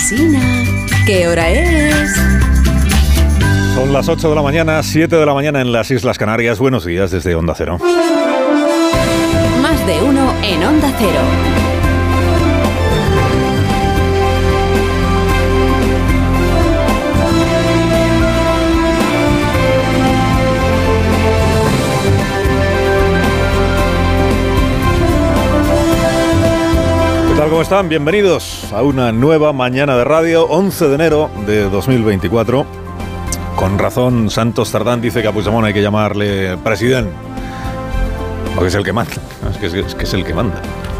Alsina, ¿qué hora es? Son las 8 de la mañana, 7 de la mañana en las Islas Canarias. Buenos días desde Onda Cero. Más de uno en Onda Cero. ¿Qué tal? ¿Cómo están? Bienvenidos a una nueva mañana de radio, 11 de enero de 2024. Con razón, Santos Tardán dice que a Puigdemont hay que llamarle presidente, porque es el que manda. Es que es el que manda.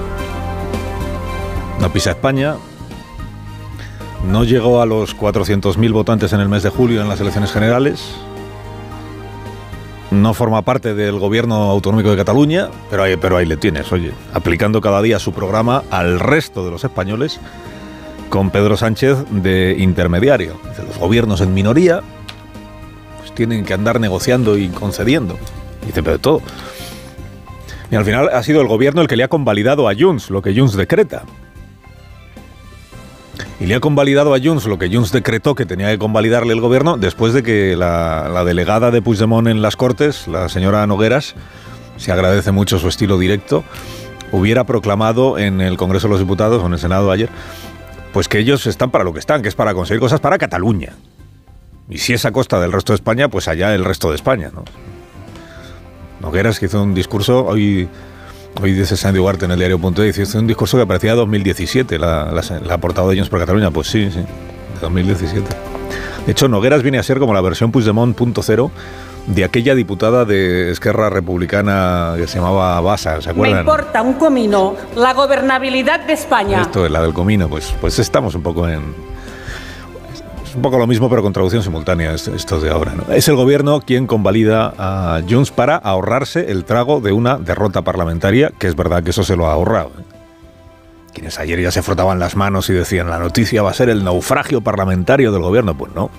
No pisa España, no llegó a los 400.000 votantes en el mes de julio en las elecciones generales, no forma parte del gobierno autonómico de Cataluña, pero ahí le tienes, oye, aplicando cada día su programa al resto de los españoles, con Pedro Sánchez de intermediario. Los gobiernos en minoría tienen que andar negociando y concediendo. Dice, pero todo. Y al final ha sido el gobierno el que le ha convalidado a Junts lo que Junts decreta. Y le ha convalidado a Junts lo que Junts decretó que tenía que convalidarle el gobierno después de que la delegada de Puigdemont en las Cortes, la señora Nogueras, se agradece mucho su estilo directo, hubiera proclamado en el Congreso de los Diputados o en el Senado ayer, pues que ellos están para lo que están, que es para conseguir cosas para Cataluña. Y si es a costa del resto de España, pues allá el resto de España, ¿no? Nogueras, que hizo un discurso, hoy dice Sandy Ugarte en el diario.es, hizo un discurso que parecía 2017, la portada de Junts per Catalunya. Pues sí, de 2017. De hecho, Nogueras viene a ser como la versión Puigdemont .0 de aquella diputada de Esquerra Republicana que se llamaba Basa, ¿se acuerdan? Me importa un comino la gobernabilidad de España. Esto es la del comino, pues estamos un poco en... Un poco lo mismo, pero con traducción simultánea, esto de ahora, ¿no? Es el gobierno quien convalida a Junts para ahorrarse el trago de una derrota parlamentaria, que es verdad que eso se lo ha ahorrado, ¿eh? Quienes ayer ya se frotaban las manos y decían, la noticia va a ser el naufragio parlamentario del gobierno. Pues no.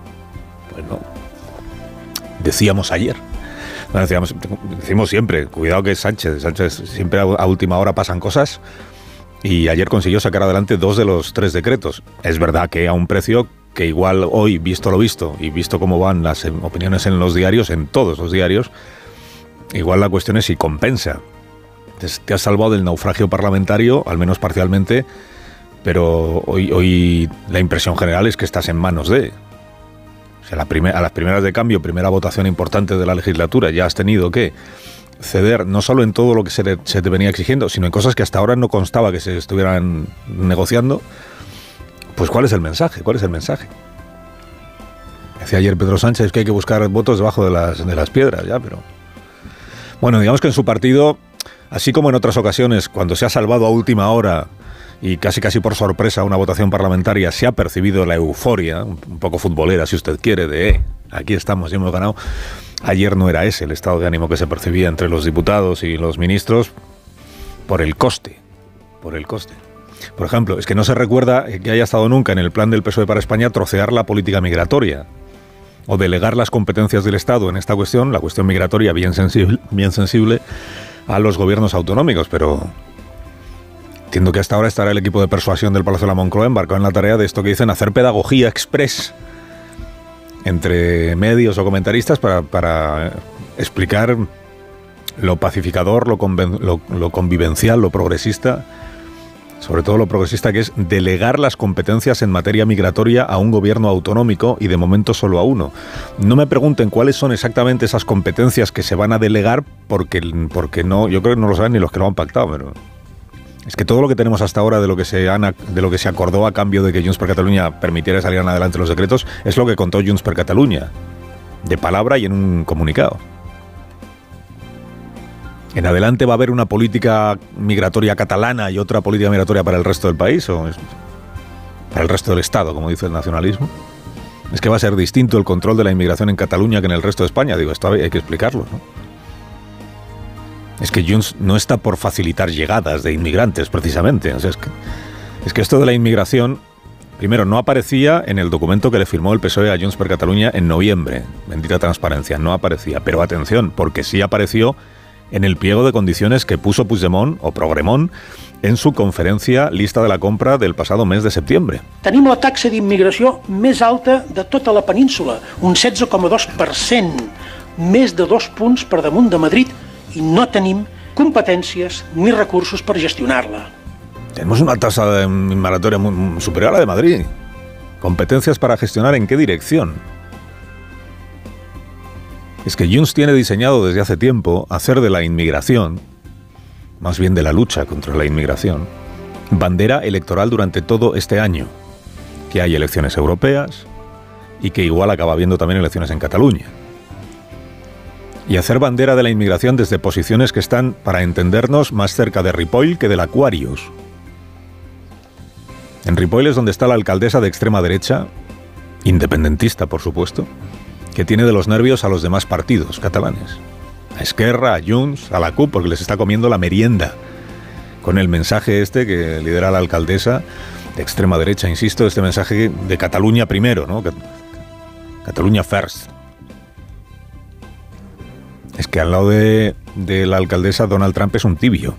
Decíamos ayer. Bueno, decimos siempre, cuidado que Sánchez siempre a última hora pasan cosas, y ayer consiguió sacar adelante 2 de los 3 decretos. Es verdad que a un precio que igual hoy, visto lo visto, y visto cómo van las opiniones en los diarios, en todos los diarios, igual la cuestión es si compensa. Te has salvado del naufragio parlamentario, al menos parcialmente, pero hoy la impresión general es que estás en manos de... O sea, a las primeras de cambio, primera votación importante de la legislatura, ya has tenido que ceder no solo en todo lo que se te venía exigiendo, sino en cosas que hasta ahora no constaba que se estuvieran negociando. Pues ¿cuál es el mensaje? Decía ayer Pedro Sánchez que hay que buscar votos debajo de las piedras, ya, pero... Bueno, digamos que en su partido, así como en otras ocasiones, cuando se ha salvado a última hora y casi por sorpresa una votación parlamentaria, se ha percibido la euforia, un poco futbolera si usted quiere, de aquí estamos, ya hemos ganado. Ayer no era ese el estado de ánimo que se percibía entre los diputados y los ministros por el coste. Por ejemplo, es que no se recuerda que haya estado nunca en el plan del PSOE para España trocear la política migratoria o delegar las competencias del Estado en esta cuestión, la cuestión migratoria bien sensible a los gobiernos autonómicos, pero entiendo que hasta ahora estará el equipo de persuasión del Palacio de la Moncloa embarcado en la tarea de esto que dicen hacer pedagogía express entre medios o comentaristas para explicar lo pacificador, lo convivencial, lo progresista, sobre todo lo progresista, que es delegar las competencias en materia migratoria a un gobierno autonómico y de momento solo a uno. No me pregunten cuáles son exactamente esas competencias que se van a delegar, porque no, yo creo que no lo saben ni los que lo han pactado, pero es que todo lo que tenemos hasta ahora de lo que se acordó a cambio de que Junts per Catalunya permitiera que salieran adelante los decretos es lo que contó Junts per Catalunya, de palabra y en un comunicado. ¿En adelante va a haber una política migratoria catalana y otra política migratoria para el resto del país? ¿O para el resto del Estado, como dice el nacionalismo? ¿Es que va a ser distinto el control de la inmigración en Cataluña que en el resto de España? Digo, esto hay que explicarlo, ¿no? Es que Junts no está por facilitar llegadas de inmigrantes, precisamente. O sea, es que esto de la inmigración, primero, no aparecía en el documento que le firmó el PSOE a Junts per Catalunya en noviembre. Bendita transparencia, no aparecía. Pero atención, porque sí apareció en el pliego de condiciones que puso Puigdemont o Progremont en su conferencia lista de la compra del pasado mes de septiembre. Tenim la taxa d'immigració més alta de tota la península, un 16,2%, més de 2 punts per damunt de Madrid, i no tenim competències ni recursos per gestionar-la. Tenemos una tasa de migratoria superior a la de Madrid. ¿Competencias para gestionar en qué dirección? Es que Junts tiene diseñado desde hace tiempo hacer de la inmigración, más bien de la lucha contra la inmigración, bandera electoral durante todo este año, que hay elecciones europeas y que igual acaba habiendo también elecciones en Cataluña. Y hacer bandera de la inmigración desde posiciones que están, para entendernos, más cerca de Ripoll que del Aquarius. En Ripoll es donde está la alcaldesa de extrema derecha, independentista por supuesto, que tiene de los nervios a los demás partidos catalanes. A Esquerra, a Junts, a la CUP, porque les está comiendo la merienda con el mensaje este que lidera la alcaldesa de extrema derecha, insisto, este mensaje de Cataluña primero, ¿no? Cataluña first. Es que al lado de la alcaldesa Donald Trump es un tibio.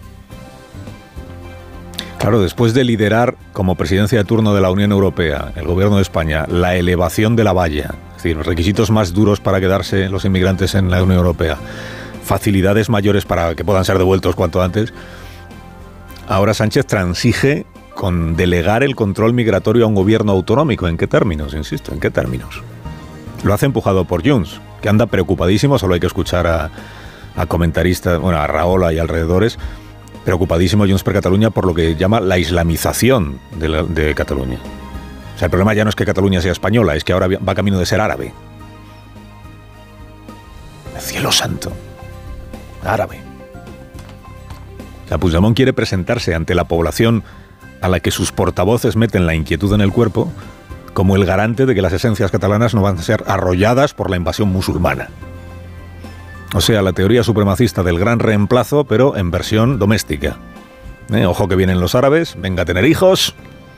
Claro, después de liderar como presidencia de turno de la Unión Europea, el gobierno de España, la elevación de la valla, es decir, requisitos más duros para quedarse los inmigrantes en la Unión Europea, facilidades mayores para que puedan ser devueltos cuanto antes, ahora Sánchez transige con delegar el control migratorio a un gobierno autonómico. ¿En qué términos? Insisto, ¿en qué términos? Lo hace empujado por Junts, que anda preocupadísimo, solo hay que escuchar a comentaristas, bueno, a Rahola y alrededores, preocupadísimo Junts per Catalunya por lo que llama la islamización de Cataluña. O sea, el problema ya no es que Cataluña sea española, es que ahora va camino de ser árabe. Cielo santo. Árabe. O sea, Puigdemont quiere presentarse ante la población a la que sus portavoces meten la inquietud en el cuerpo como el garante de que las esencias catalanas no van a ser arrolladas por la invasión musulmana. O sea, la teoría supremacista del gran reemplazo, pero en versión doméstica. Ojo que vienen los árabes, venga a tener hijos,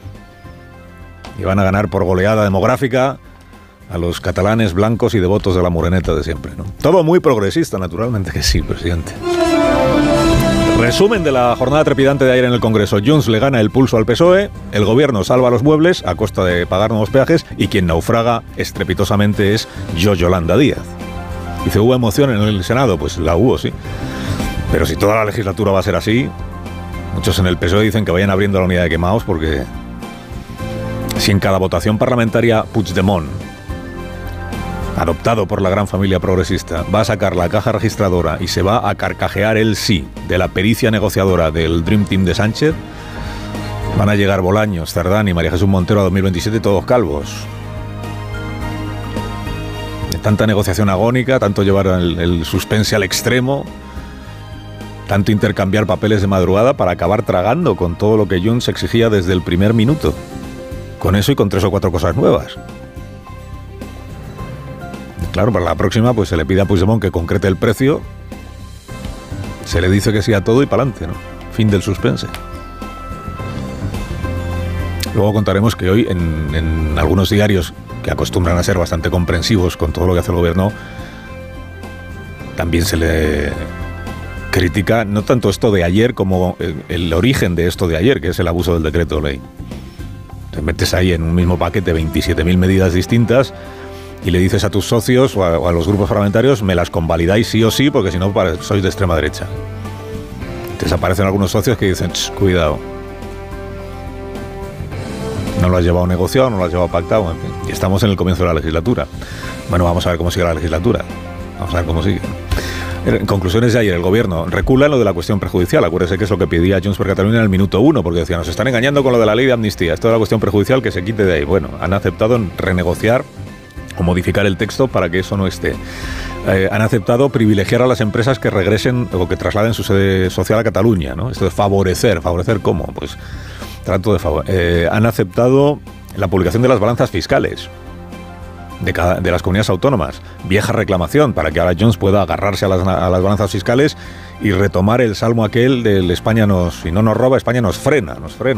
y van a ganar por goleada demográfica a los catalanes blancos y devotos de la moreneta de siempre, ¿no? Todo muy progresista, naturalmente que sí, presidente. Resumen de la jornada trepidante de ayer en el Congreso. Junts le gana el pulso al PSOE, el gobierno salva los muebles a costa de pagar nuevos peajes, y quien naufraga estrepitosamente es Yolanda Díaz. Dice, ¿hubo emoción en el Senado? Pues la hubo, sí. Pero si toda la legislatura va a ser así, muchos en el PSOE dicen que vayan abriendo la unidad de quemados, porque si en cada votación parlamentaria Puigdemont, adoptado por la gran familia progresista, va a sacar la caja registradora y se va a carcajear el sí de la pericia negociadora del Dream Team de Sánchez, van a llegar Bolaños, Cerdán y María Jesús Montero a 2027 todos calvos. Tanta negociación agónica, tanto llevar el suspense al extremo, tanto intercambiar papeles de madrugada para acabar tragando con todo lo que Junts exigía desde el primer minuto. Con eso y con 3 o 4 cosas nuevas. Claro, para la próxima pues se le pide a Puigdemont que concrete el precio, se le dice que sí a todo y para adelante, ¿no? Fin del suspense. Luego contaremos que hoy en algunos diarios que acostumbran a ser bastante comprensivos con todo lo que hace el gobierno, también se le critica no tanto esto de ayer como el origen de esto de ayer, que es el abuso del decreto ley. Te metes ahí en un mismo paquete 27.000 medidas distintas y le dices a tus socios o a los grupos parlamentarios, me las convalidáis sí o sí, porque si no sois de extrema derecha. Entonces aparecen algunos socios que dicen, cuidado, no lo has llevado negociado, no lo has llevado pactado, en fin. Y estamos en el comienzo de la legislatura. Bueno, vamos a ver cómo sigue la legislatura. Vamos a ver cómo sigue. En conclusiones de ayer, el gobierno recula en lo de la cuestión prejudicial. Acuérdese que es lo que pedía Junts per Catalunya en el minuto 1, porque decían, nos están engañando con lo de la ley de amnistía. Esto de la cuestión prejudicial, que se quite de ahí. Bueno, han aceptado renegociar o modificar el texto para que eso no esté. Han aceptado privilegiar a las empresas que regresen o que trasladen su sede social a Cataluña, ¿no? Esto de favorecer. ¿Favorecer cómo? Pues trato de favor. Han aceptado la publicación de las balanzas fiscales de las comunidades autónomas. Vieja reclamación para que ahora Junts pueda agarrarse a las balanzas fiscales y retomar el salmo aquel del España si no nos roba, España nos frena.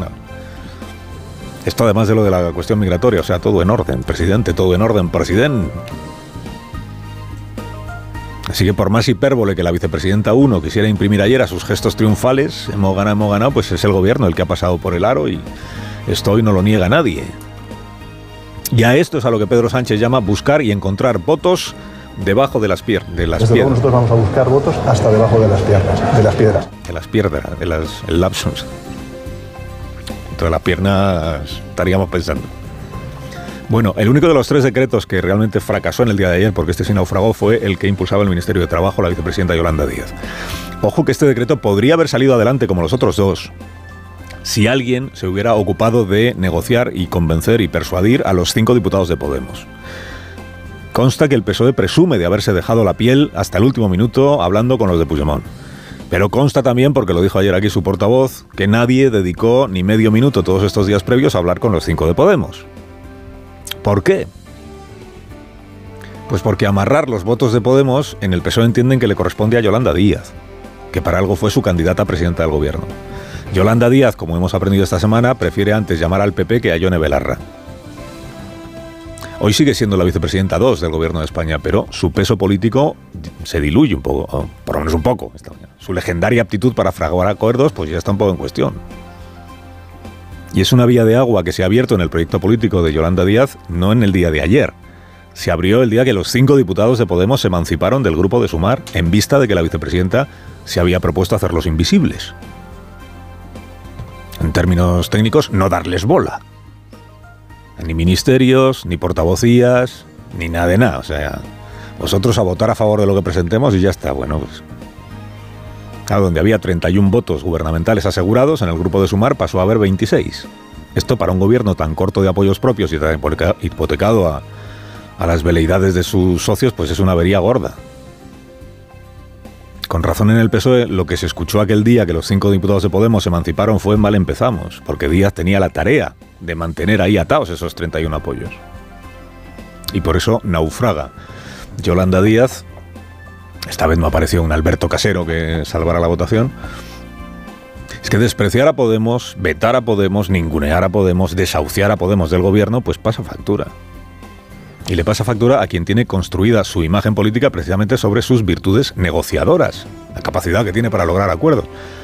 Esto además de lo de la cuestión migratoria, o sea, todo en orden, presidente, todo en orden, presidente. Así que por más hipérbole que la vicepresidenta 1 quisiera imprimir ayer a sus gestos triunfales, hemos ganado, pues es el gobierno el que ha pasado por el aro y esto hoy no lo niega nadie. Y a esto es a lo que Pedro Sánchez llama buscar y encontrar votos debajo de las piedras. Desde luego nosotros vamos a buscar votos hasta debajo de las piedras. El lapsus. Entre las piernas estaríamos pensando. Bueno, el único de los 3 decretos que realmente fracasó en el día de ayer, porque este sí naufragó, fue el que impulsaba el Ministerio de Trabajo, la vicepresidenta Yolanda Díaz. Ojo que este decreto podría haber salido adelante como los otros 2, si alguien se hubiera ocupado de negociar y convencer y persuadir a los 5 diputados de Podemos. Consta que el PSOE presume de haberse dejado la piel hasta el último minuto hablando con los de Puigdemont. Pero consta también, porque lo dijo ayer aquí su portavoz, que nadie dedicó ni medio minuto todos estos días previos a hablar con los 5 de Podemos. ¿Por qué? Pues porque amarrar los votos de Podemos en el PSOE entienden que le corresponde a Yolanda Díaz, que para algo fue su candidata a presidenta del gobierno. Yolanda Díaz, como hemos aprendido esta semana, prefiere antes llamar al PP que a Yone Belarra. Hoy sigue siendo la vicepresidenta 2 del gobierno de España, pero su peso político se diluye un poco, o por lo menos un poco. Su legendaria aptitud para fraguar acuerdos pues ya está un poco en cuestión. Y es una vía de agua que se ha abierto en el proyecto político de Yolanda Díaz, no en el día de ayer. Se abrió el día que los 5 diputados de Podemos se emanciparon del grupo de Sumar en vista de que la vicepresidenta se había propuesto hacerlos invisibles. En términos técnicos, no darles bola. Ni ministerios, ni portavocías, ni nada de nada. O sea, vosotros a votar a favor de lo que presentemos y ya está. Bueno, pues... Claro, donde había 31 votos gubernamentales asegurados, en el grupo de Sumar pasó a haber 26. Esto para un gobierno tan corto de apoyos propios y tan hipotecado a las veleidades de sus socios, pues es una avería gorda. Con razón en el PSOE, lo que se escuchó aquel día que los 5 diputados de Podemos se emanciparon fue mal empezamos, porque Díaz tenía la tarea de mantener ahí atados esos 31 apoyos. Y por eso naufraga Yolanda Díaz. Esta vez no apareció un Alberto Casero que salvara la votación. Es que despreciar a Podemos, vetar a Podemos, ningunear a Podemos, desahuciar a Podemos del gobierno, pues pasa factura. Y le pasa factura a quien tiene construida su imagen política precisamente sobre sus virtudes negociadoras, la capacidad que tiene para lograr acuerdos.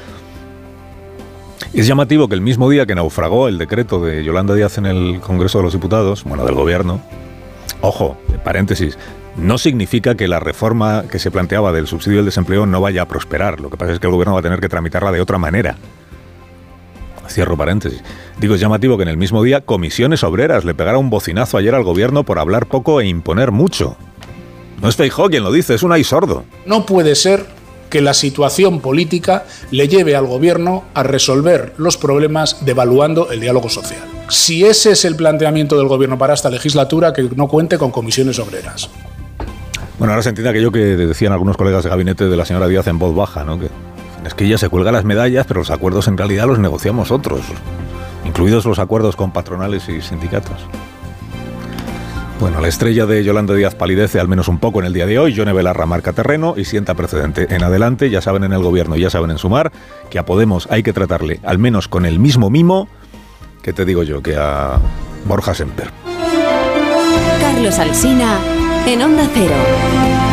Es llamativo que el mismo día que naufragó el decreto de Yolanda Díaz en el Congreso de los Diputados, bueno, del Gobierno, ojo, paréntesis, no significa que la reforma que se planteaba del subsidio del desempleo no vaya a prosperar. Lo que pasa es que el Gobierno va a tener que tramitarla de otra manera. Cierro paréntesis. Digo, es llamativo que en el mismo día Comisiones Obreras le pegara un bocinazo ayer al gobierno por hablar poco e imponer mucho. No es Feijóo quien lo dice, es un ay sordo. No puede ser que la situación política le lleve al gobierno a resolver los problemas devaluando el diálogo social. Si ese es el planteamiento del gobierno para esta legislatura, que no cuente con Comisiones Obreras. Bueno, ahora se entiende aquello que decían algunos colegas de gabinete de la señora Díaz en voz baja, ¿no? Que es que ella se cuelga las medallas, pero los acuerdos en realidad los negociamos otros, incluidos los acuerdos con patronales y sindicatos. Bueno, la estrella de Yolanda Díaz palidece al menos un poco en el día de hoy. Yone Belarra marca terreno y sienta precedente. En adelante, ya saben en el gobierno y ya saben en Sumar, que a Podemos hay que tratarle al menos con el mismo mimo que te digo yo, que a Borja Semper. Carlos Alsina en Onda Cero.